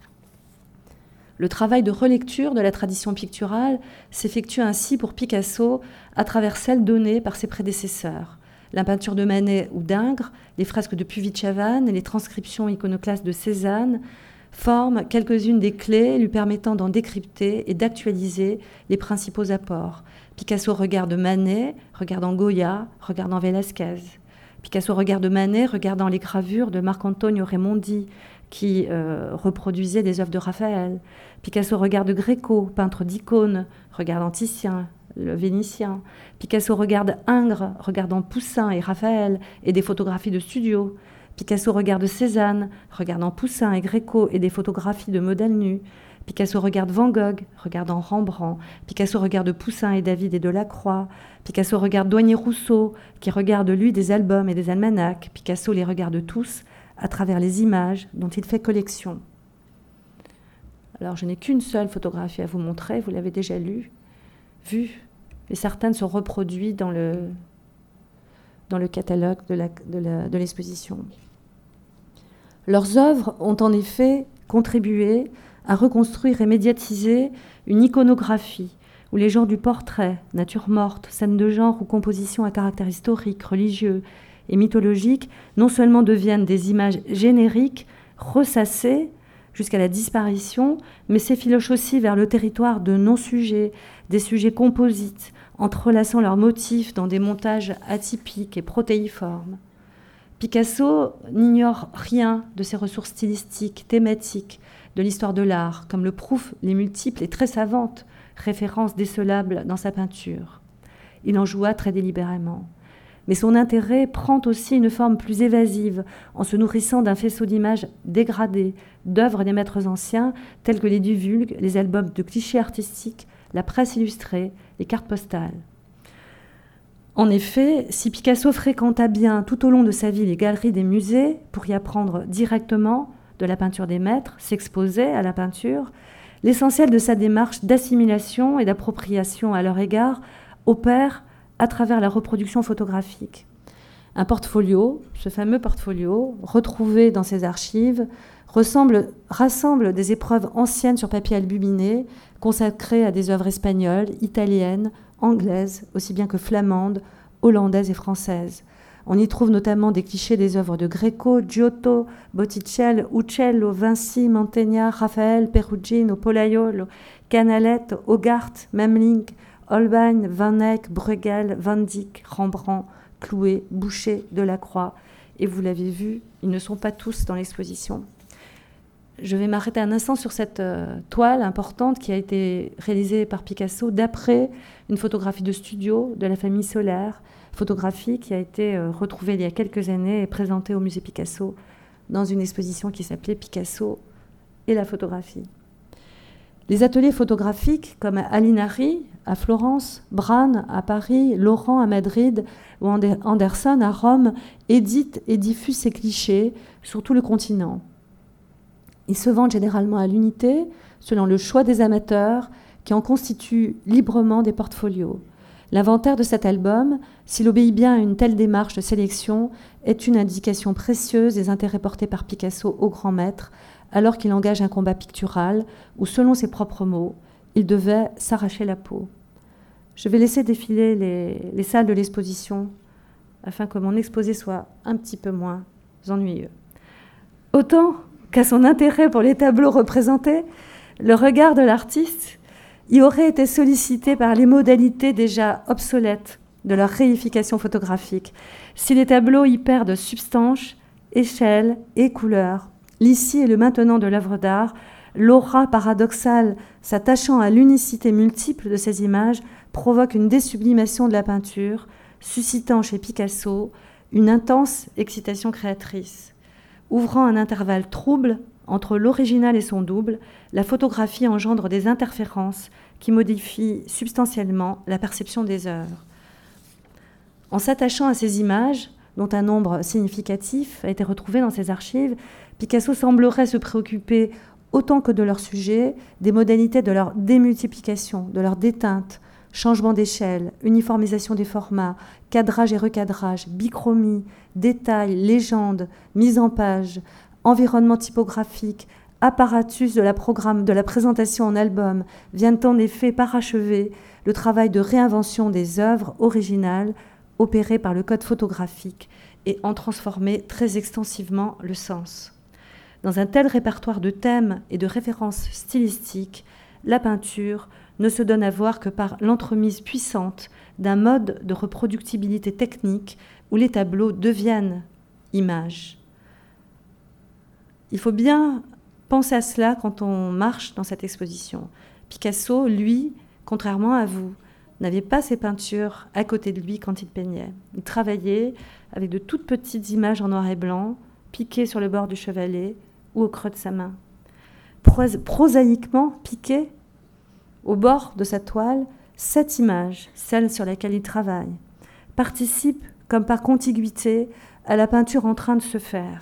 Le travail de relecture de la tradition picturale s'effectue ainsi pour Picasso à travers celle donnée par ses prédécesseurs. La peinture de Manet ou d'Ingres, les fresques de Puvis-de-Chavannes et les transcriptions iconoclastes de Cézanne forment quelques-unes des clés lui permettant d'en décrypter et d'actualiser les principaux apports. Picasso regarde Manet, regardant Goya, regardant Velázquez. Picasso regarde Manet, regardant les gravures de Marc-Antonio Raimondi, qui reproduisait des œuvres de Raphaël. Picasso regarde Gréco, peintre d'icônes, regardant Titien, le Vénitien. Picasso regarde Ingres, regardant Poussin et Raphaël, et des photographies de studio. Picasso regarde Cézanne, regardant Poussin et Gréco, et des photographies de modèles nus. Picasso regarde Van Gogh, regardant Rembrandt. Picasso regarde Poussin et David et Delacroix. Picasso regarde Douanier-Rousseau, qui regarde lui des albums et des almanachs. Picasso les regarde tous à travers les images dont il fait collection. Alors, je n'ai qu'une seule photographie à vous montrer, vous l'avez déjà vue, et certaines sont reproduites dans le catalogue de l'exposition. Leurs œuvres ont en effet contribué à reconstruire et médiatiser une iconographie où les genres du portrait, nature morte, scène de genre ou composition à caractère historique, religieux et mythologique non seulement deviennent des images génériques, ressassées jusqu'à la disparition, mais s'effilochent aussi vers le territoire de non-sujets, des sujets composites, entrelaçant leurs motifs dans des montages atypiques et protéiformes. Picasso n'ignore rien de ses ressources stylistiques, thématiques, de l'histoire de l'art, comme le prouvent les multiples et très savantes références décelables dans sa peinture. Il en joua très délibérément. Mais son intérêt prend aussi une forme plus évasive en se nourrissant d'un faisceau d'images dégradées, d'œuvres des maîtres anciens, tels que les divulgues, les albums de clichés artistiques, la presse illustrée, les cartes postales. En effet, si Picasso fréquenta bien tout au long de sa vie les galeries des musées pour y apprendre directement de la peinture des maîtres, s'exposer à la peinture, l'essentiel de sa démarche d'assimilation et d'appropriation à leur égard opère à travers la reproduction photographique. Un portfolio, ce fameux portfolio, retrouvé dans ses archives, rassemble des épreuves anciennes sur papier albuminé, consacrées à des œuvres espagnoles, italiennes, anglaises, aussi bien que flamandes, hollandaises et françaises. On y trouve notamment des clichés des œuvres de Gréco, Giotto, Botticelli, Uccello, Vinci, Mantegna, Raphaël, Perugino, Pollaiolo, Canaletto, Hogarth, Memling, Holbein, Van Eyck, Bruegel, Van Dyck, Rembrandt, Clouet, Boucher, Delacroix. Et vous l'avez vu, ils ne sont pas tous dans l'exposition. Je vais m'arrêter un instant sur cette toile importante qui a été réalisée par Picasso d'après une photographie de studio de la famille Solaire, photographie qui a été retrouvée il y a quelques années et présentée au musée Picasso dans une exposition qui s'appelait Picasso et la photographie. Les ateliers photographiques comme Alinari à Florence, Brahn à Paris, Laurent à Madrid ou Anderson à Rome éditent et diffusent ces clichés sur tout le continent. Ils se vendent généralement à l'unité selon le choix des amateurs qui en constituent librement des portfolios. L'inventaire de cet album, s'il obéit bien à une telle démarche de sélection, est une indication précieuse des intérêts portés par Picasso au grand maître, alors qu'il engage un combat pictural où, selon ses propres mots, il devait s'arracher la peau. Je vais laisser défiler les salles de l'exposition afin que mon exposé soit un petit peu moins ennuyeux. Autant qu'à son intérêt pour les tableaux représentés, le regard de l'artiste y aurait été sollicité par les modalités déjà obsolètes de leur réification photographique. Si les tableaux y perdent substance, échelle et couleur, l'ici et le maintenant de l'œuvre d'art, l'aura paradoxale s'attachant à l'unicité multiple de ces images provoque une désublimation de la peinture, suscitant chez Picasso une intense excitation créatrice. Ouvrant un intervalle trouble entre l'original et son double, la photographie engendre des interférences qui modifient substantiellement la perception des œuvres. En s'attachant à ces images, dont un nombre significatif a été retrouvé dans ses archives, Picasso semblerait se préoccuper autant que de leur sujet des modalités de leur démultiplication, de leur déteinte, changement d'échelle, uniformisation des formats, cadrage et recadrage, bichromie, détails, légende, mise en page, environnement typographique, apparatus de la présentation en album viennent en effet parachever le travail de réinvention des œuvres originales opéré par le code photographique et en transformer très extensivement le sens. Dans un tel répertoire de thèmes et de références stylistiques, la peinture ne se donne à voir que par l'entremise puissante d'un mode de reproductibilité technique où les tableaux deviennent images. Il faut bien penser à cela quand on marche dans cette exposition. Picasso, lui, contrairement à vous, n'avait pas ses peintures à côté de lui quand il peignait. Il travaillait avec de toutes petites images en noir et blanc, piquées sur le bord du chevalet ou au creux de sa main. Prosaïquement piquées au bord de sa toile, cette image, celle sur laquelle il travaille, participe comme par contiguïté à la peinture en train de se faire.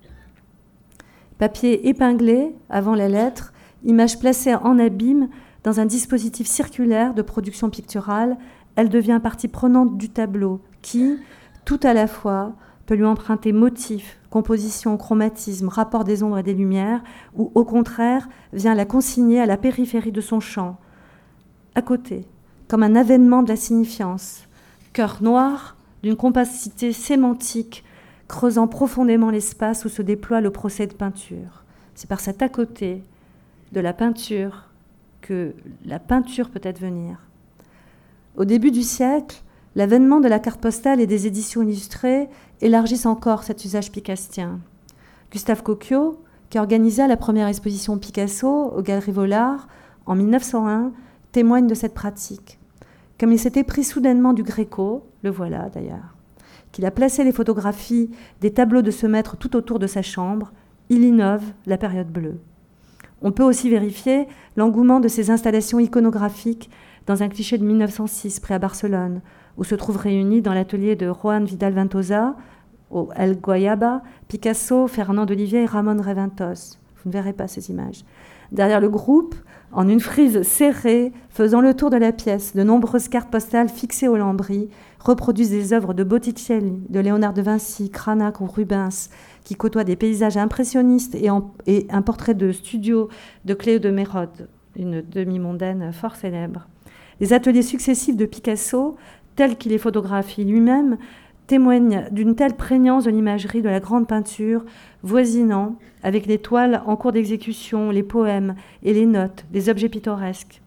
Papier épinglé avant la lettre, image placée en abîme dans un dispositif circulaire de production picturale, elle devient partie prenante du tableau qui, tout à la fois, peut lui emprunter motif, composition, chromatisme, rapport des ombres et des lumières, ou au contraire, vient la consigner à la périphérie de son champ, à côté, comme un avènement de la signifiance, cœur noir d'une compacité sémantique, creusant profondément l'espace où se déploie le procès de peinture. C'est par cet à côté de la peinture que la peinture peut advenir. Au début du siècle, l'avènement de la carte postale et des éditions illustrées élargissent encore cet usage picassien. Gustave Cocchio, qui organisa la première exposition Picasso aux Galeries Vollard en 1901, témoigne de cette pratique. Comme il s'était pris soudainement du Gréco, le voilà d'ailleurs, qu'il a placé les photographies des tableaux de ce maître tout autour de sa chambre, il innove la période bleue. On peut aussi vérifier l'engouement de ces installations iconographiques dans un cliché de 1906 près à Barcelone, où se trouvent réunis dans l'atelier de Juan Vidal Ventosa, au El Guayaba, Picasso, Fernand d'Olivier et Ramon Reventos. Vous ne verrez pas ces images. Derrière le groupe, en une frise serrée, faisant le tour de la pièce, de nombreuses cartes postales fixées au lambris reproduisent des œuvres de Botticelli, de Léonard de Vinci, Cranach ou Rubens, qui côtoient des paysages impressionnistes et un portrait de studio de Cléo de Mérode, une demi-mondaine fort célèbre. Les ateliers successifs de Picasso, tels qu'il les photographie lui-même, témoignent d'une telle prégnance de l'imagerie de la grande peinture, voisinant avec les toiles en cours d'exécution, les poèmes et les notes, des objets pittoresques.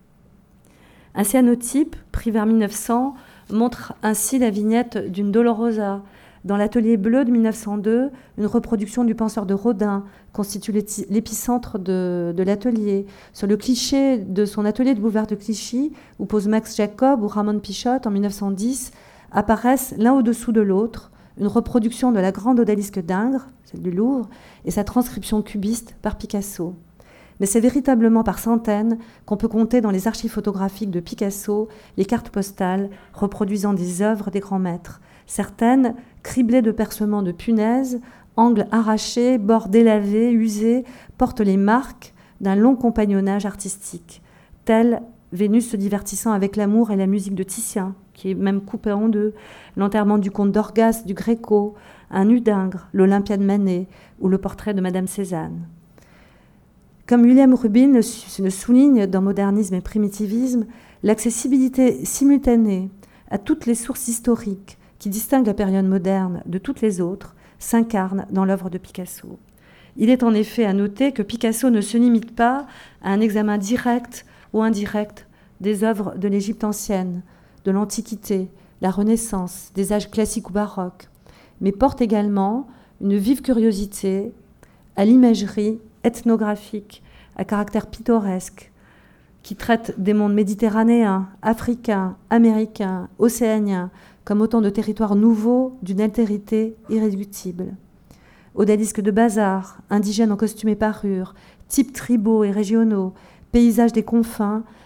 Un cyanotype, pris vers 1900, montre ainsi la vignette d'une Dolorosa. Dans l'atelier bleu de 1902, une reproduction du Penseur de Rodin constitue l'épicentre de l'atelier. Sur le cliché de son atelier de boulevard de Clichy, où pose Max Jacob ou Ramon Pichotte en 1910, apparaissent l'un au-dessous de l'autre une reproduction de la grande odalisque d'Ingres, celle du Louvre, et sa transcription cubiste par Picasso. Mais c'est véritablement par centaines qu'on peut compter dans les archives photographiques de Picasso les cartes postales reproduisant des œuvres des grands maîtres. Certaines, criblées de percements de punaises, angles arrachés, bords délavés, usés, portent les marques d'un long compagnonnage artistique, tel Vénus se divertissant avec l'amour et la musique de Titien, qui est même coupé en deux, l'enterrement du comte d'Orgas du Gréco, un nu d'Ingres, l'Olympia de Manet ou le portrait de Madame Cézanne. Comme William Rubin le souligne dans Modernisme et Primitivisme, l'accessibilité simultanée à toutes les sources historiques qui distinguent la période moderne de toutes les autres s'incarne dans l'œuvre de Picasso. Il est en effet à noter que Picasso ne se limite pas à un examen direct ou indirect des œuvres de l'Égypte ancienne, de l'Antiquité, la Renaissance, des âges classiques ou baroques, mais porte également une vive curiosité à l'imagerie ethnographique, à caractère pittoresque, qui traite des mondes méditerranéens, africains, américains, océaniens, comme autant de territoires nouveaux d'une altérité irréductible. Odalisques de bazar, indigènes en costumes et parures, types tribaux et régionaux, paysages des confins,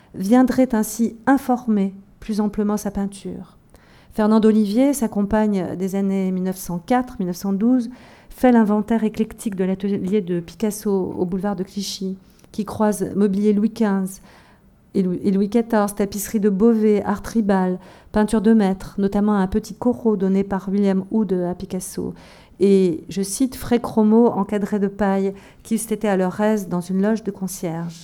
viendrait ainsi informer plus amplement sa peinture. Fernand Olivier, sa compagne des années 1904-1912, fait l'inventaire éclectique de l'atelier de Picasso au boulevard de Clichy, qui croise mobilier Louis XV et Louis XIV, tapisserie de Beauvais, art tribal, peinture de maître, notamment un petit corot donné par William Hood à Picasso, et, je cite, frais chromos encadrés de paille qui eussent été à leur aise dans une loge de concierge.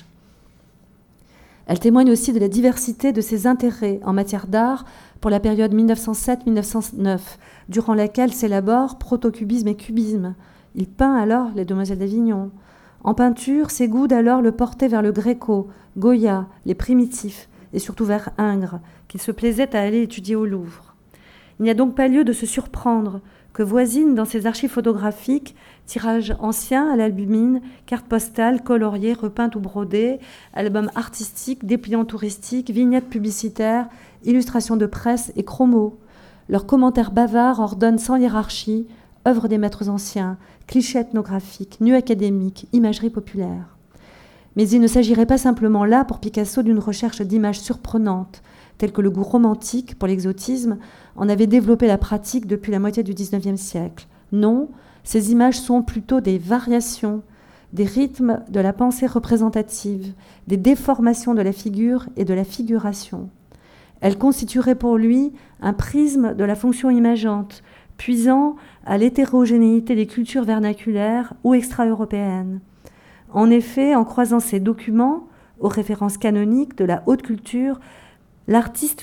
Elle témoigne aussi de la diversité de ses intérêts en matière d'art pour la période 1907-1909, durant laquelle s'élaborent protocubisme et cubisme. Il peint alors les Demoiselles d'Avignon. En peinture, ses goûts d'alors le portaient vers le Gréco, Goya, les primitifs, et surtout vers Ingres, qu'il se plaisait à aller étudier au Louvre. Il n'y a donc pas lieu de se surprendre que voisinent dans ses archives photographiques tirages anciens à l'albumine, cartes postales, coloriées, repeintes ou brodées, albums artistiques, dépliants touristiques, vignettes publicitaires, illustrations de presse et chromos. Leurs commentaires bavards ordonnent sans hiérarchie œuvres des maîtres anciens, clichés ethnographiques, nus académiques, imagerie populaire. Mais il ne s'agirait pas simplement là, pour Picasso, d'une recherche d'images surprenantes, telles que le goût romantique pour l'exotisme en avait développé la pratique depuis la moitié du XIXe siècle. Non, ces images sont plutôt des variations, des rythmes de la pensée représentative, des déformations de la figure et de la figuration. Elles constitueraient pour lui un prisme de la fonction imageante, puisant à l'hétérogénéité des cultures vernaculaires ou extra-européennes. En effet, en croisant ces documents aux références canoniques de la haute culture, l'artiste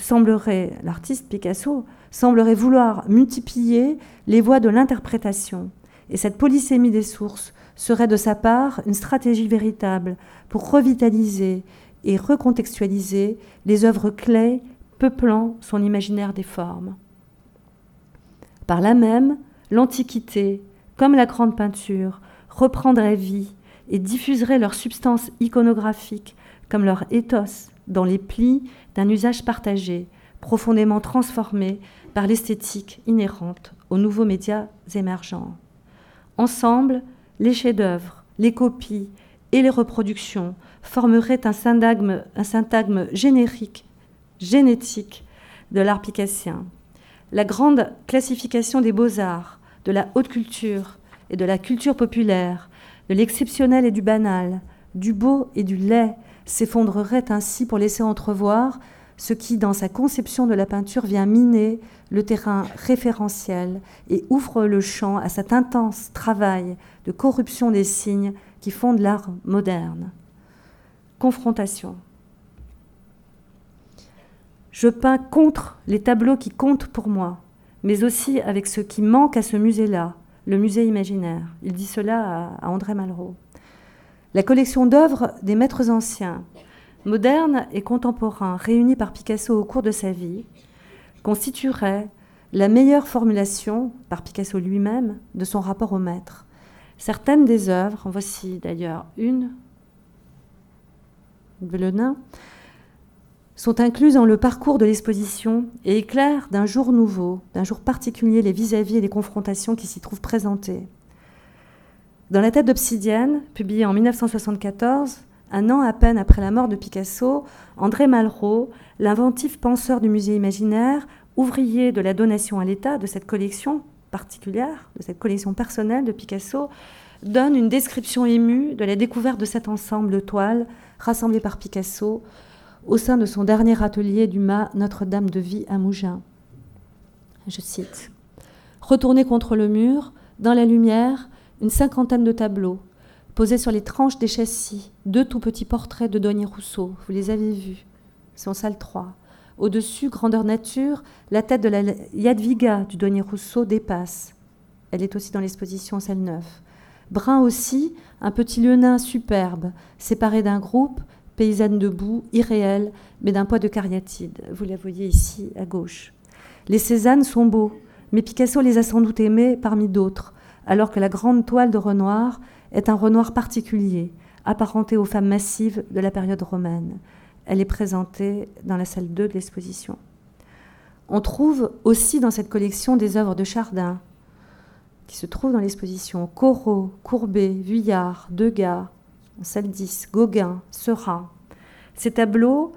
Picasso semblerait vouloir multiplier les voies de l'interprétation. Et cette polysémie des sources serait de sa part une stratégie véritable pour revitaliser et recontextualiser les œuvres clés peuplant son imaginaire des formes. Par là même, l'Antiquité, comme la grande peinture, reprendrait vie et diffuserait leur substance iconographique comme leur éthos dans les plis d'un usage partagé, profondément transformé par l'esthétique inhérente aux nouveaux médias émergents. Ensemble, les chefs-d'œuvre, les copies et les reproductions formeraient un syntagme génétique de l'art picassien. La grande classification des beaux-arts, de la haute culture et de la culture populaire, de l'exceptionnel et du banal, du beau et du laid, s'effondrerait ainsi pour laisser entrevoir ce qui, dans sa conception de la peinture, vient miner le terrain référentiel et ouvre le champ à cet intense travail de corruption des signes qui fondent l'art moderne. Confrontation. Je peins contre les tableaux qui comptent pour moi, mais aussi avec ce qui manque à ce musée-là, le musée imaginaire. Il dit cela à André Malraux. La collection d'œuvres des maîtres anciens, modernes et contemporains, réunis par Picasso au cours de sa vie, constituerait la meilleure formulation, par Picasso lui-même, de son rapport au maître. Certaines des œuvres, en voici d'ailleurs une, le nain, sont incluses dans le parcours de l'exposition et éclairent d'un jour nouveau, d'un jour particulier, les vis-à-vis et les confrontations qui s'y trouvent présentées. Dans La tête d'obsidienne, publiée en 1974, un an à peine après la mort de Picasso, André Malraux, l'inventif penseur du musée imaginaire, ouvrier de la donation à l'État de cette collection particulière, de cette collection personnelle de Picasso, donne une description émue de la découverte de cet ensemble de toiles rassemblées par Picasso au sein de son dernier atelier du mât Notre-Dame de Vie à Mougins. Je cite : « Retourné contre le mur, dans la lumière, une cinquantaine de tableaux, posés sur les tranches des châssis, 2 tout petits portraits de Douanier Rousseau, vous les avez vus, c'est en salle 3. Au-dessus, grandeur nature, la tête de la Jadwiga du Douanier Rousseau dépasse. Elle est aussi dans l'exposition salle 9. Brun aussi, un petit lenain superbe, séparé d'un groupe, paysanne debout, irréelle, mais d'un poids de cariatide. Vous la voyez ici, à gauche. Les Cézannes sont beaux, mais Picasso les a sans doute aimés parmi d'autres, alors que la grande toile de Renoir est un Renoir particulier, apparenté aux femmes massives de la période romaine. Elle est présentée dans la salle 2 de l'exposition. On trouve aussi dans cette collection des œuvres de Chardin, qui se trouvent dans l'exposition: Corot, Courbet, Vuillard, Degas, en salle 10, Gauguin, Seurat. Ces tableaux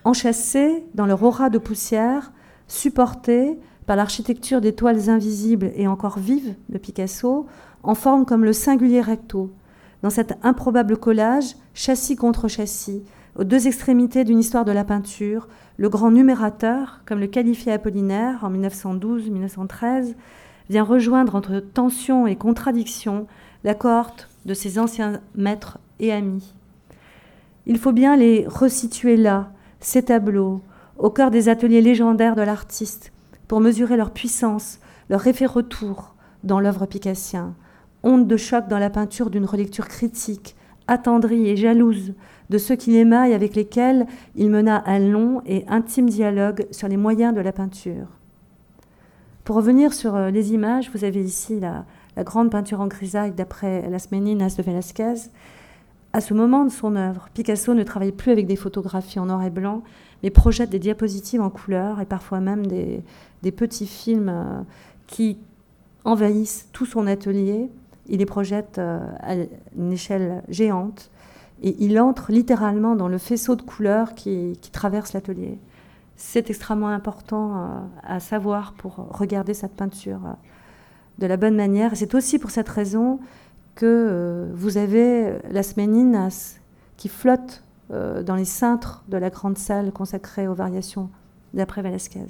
enchâssés dans leur aura de poussière, supportés par l'architecture des toiles invisibles et encore vives de Picasso, en forme comme le singulier recto, dans cet improbable collage, châssis contre châssis, aux deux extrémités d'une histoire de la peinture, le grand numérateur, comme le qualifiait Apollinaire en 1912-1913, vient rejoindre entre tension et contradiction la cohorte de ses anciens maîtres et amis. Il faut bien les resituer là, ces tableaux, au cœur des ateliers légendaires de l'artiste, pour mesurer leur puissance, leur effet retour dans l'œuvre picassienne. Onde de choc dans la peinture d'une relecture critique, attendrie et jalouse de ceux qui l'émaillent, avec lesquels il mena un long et intime dialogue sur les moyens de la peinture. Pour revenir sur les images, vous avez ici la grande peinture en grisaille d'après Las Meninas de Velázquez. À ce moment de son œuvre, Picasso ne travaille plus avec des photographies en noir et blanc, mais projette des diapositives en couleur et parfois même des petits films qui envahissent tout son atelier. Il les projette à une échelle géante et il entre littéralement dans le faisceau de couleurs qui traverse l'atelier. C'est extrêmement important à savoir pour regarder cette peinture de la bonne manière. Et c'est aussi pour cette raison que vous avez Las Meninas qui flotte dans les cintres de la grande salle consacrée aux variations d'après Velázquez.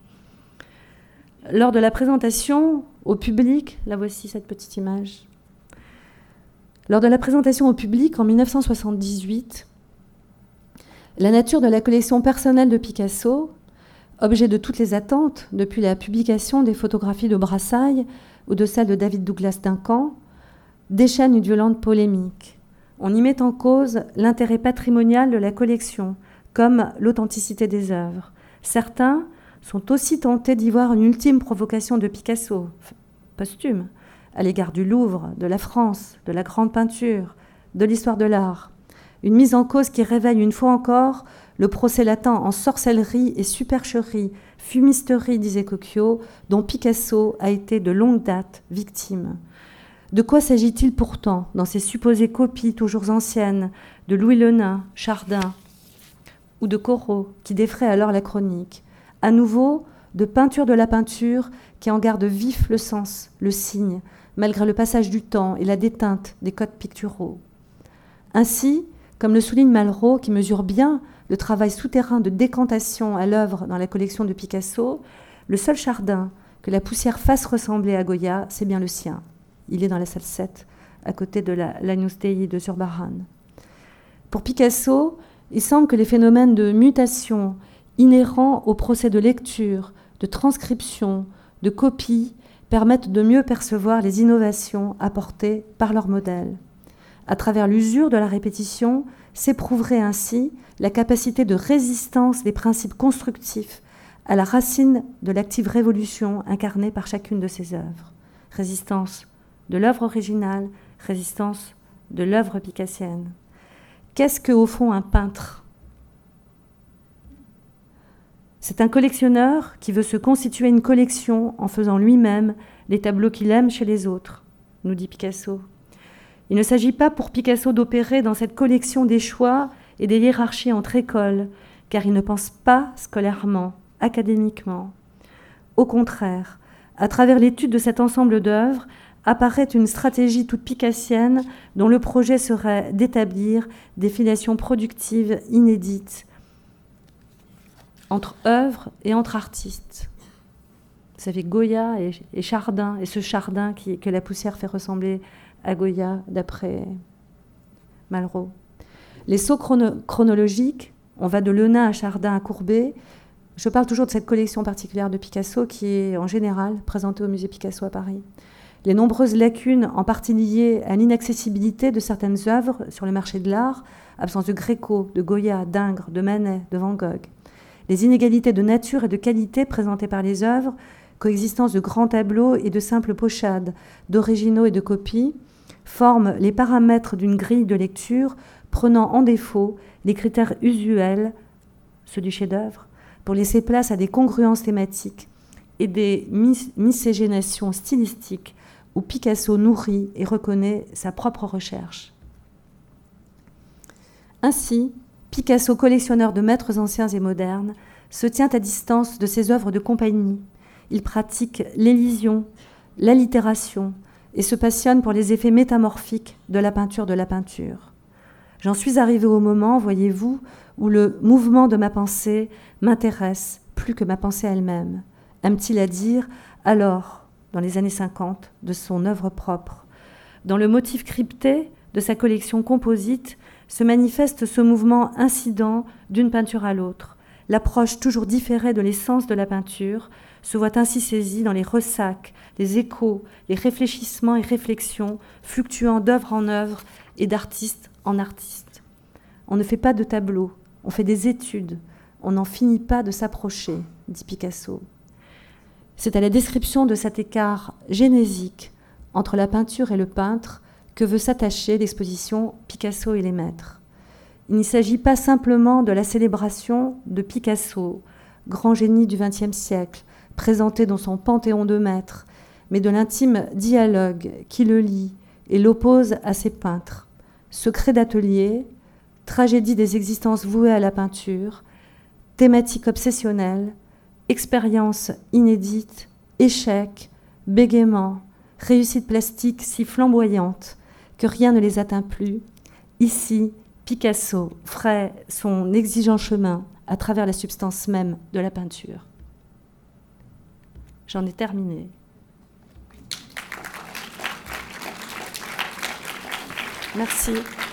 Lors de la présentation au public, là voici cette petite image. Lors de la présentation au public en 1978, la nature de la collection personnelle de Picasso, objet de toutes les attentes depuis la publication des photographies de Brassailles ou de celles de David Douglas Duncan, déchaîne une violente polémique. On y met en cause l'intérêt patrimonial de la collection, comme l'authenticité des œuvres. Certains sont aussi tentés d'y voir une ultime provocation de Picasso, posthume, à l'égard du Louvre, de la France, de la grande peinture, de l'histoire de l'art. Une mise en cause qui révèle une fois encore le procès latent en sorcellerie et supercherie, fumisterie, disait Cocchio, dont Picasso a été de longue date victime. De quoi s'agit-il pourtant dans ces supposées copies toujours anciennes de Louis Le Nain, Chardin ou de Corot, qui défraient alors la chronique? À nouveau, de peinture de la peinture qui en garde vif le sens, le signe, malgré le passage du temps et la déteinte des codes picturaux. Ainsi, comme le souligne Malraux, qui mesure bien le travail souterrain de décantation à l'œuvre dans la collection de Picasso, le seul Chardin que la poussière fasse ressembler à Goya, c'est bien le sien. Il est dans la salle 7, à côté de l'Agnus Dei de Zurbaran. Pour Picasso, il semble que les phénomènes de mutation inhérents au procès de lecture, de transcription, de copie, permettent de mieux percevoir les innovations apportées par leur modèle. À travers l'usure de la répétition, s'éprouverait ainsi la capacité de résistance des principes constructifs à la racine de l'active révolution incarnée par chacune de ces œuvres. Résistance de l'œuvre originale, résistance de l'œuvre picassienne. Qu'est-ce que, au fond, un peintre ? C'est un collectionneur qui veut se constituer une collection en faisant lui-même les tableaux qu'il aime chez les autres, nous dit Picasso. Il ne s'agit pas pour Picasso d'opérer dans cette collection des choix et des hiérarchies entre écoles, car il ne pense pas scolairement, académiquement. Au contraire, à travers l'étude de cet ensemble d'œuvres, apparaît une stratégie toute picassienne dont le projet serait d'établir des filiations productives inédites entre œuvres et entre artistes. Vous savez, Goya et Chardin, et ce Chardin que la poussière fait ressembler à Goya, d'après Malraux. Les sauts chronologiques, on va de Le Nain à Chardin à Courbet. Je parle toujours de cette collection particulière de Picasso qui est en général présentée au musée Picasso à Paris. Les nombreuses lacunes, en partie liées à l'inaccessibilité de certaines œuvres sur le marché de l'art, absence de Gréco, de Goya, d'Ingres, de Manet, de Van Gogh. Les inégalités de nature et de qualité présentées par les œuvres, coexistence de grands tableaux et de simples pochades, d'originaux et de copies, forment les paramètres d'une grille de lecture prenant en défaut les critères usuels, ceux du chef-d'œuvre, pour laisser place à des congruences thématiques et des miscégénations stylistiques où Picasso nourrit et reconnaît sa propre recherche. Ainsi, Picasso, collectionneur de maîtres anciens et modernes, se tient à distance de ses œuvres de compagnie. Il pratique l'élision, l'allitération et se passionne pour les effets métamorphiques de la peinture. J'en suis arrivée au moment, voyez-vous, où le mouvement de ma pensée m'intéresse plus que ma pensée elle-même. Aime-t-il à dire, alors, dans les années 50, de son œuvre propre. Dans le motif crypté de sa collection composite se manifeste ce mouvement incident d'une peinture à l'autre. L'approche toujours différée de l'essence de la peinture se voit ainsi saisie dans les ressacs, les échos, les réfléchissements et réflexions fluctuant d'œuvre en œuvre et d'artiste en artiste. On ne fait pas de tableaux, on fait des études, on n'en finit pas de s'approcher, dit Picasso. C'est à la description de cet écart génésique entre la peinture et le peintre que veut s'attacher l'exposition Picasso et les maîtres. Il n'y s'agit pas simplement de la célébration de Picasso, grand génie du XXe siècle, présenté dans son panthéon de maîtres, mais de l'intime dialogue qui le lie et l'oppose à ses peintres. Secret d'atelier, tragédie des existences vouées à la peinture, thématique obsessionnelle, expérience inédite, échec, bégaiement, réussite plastique si flamboyante que rien ne les atteint plus. Ici, Picasso ferait son exigeant chemin à travers la substance même de la peinture. J'en ai terminé. Merci.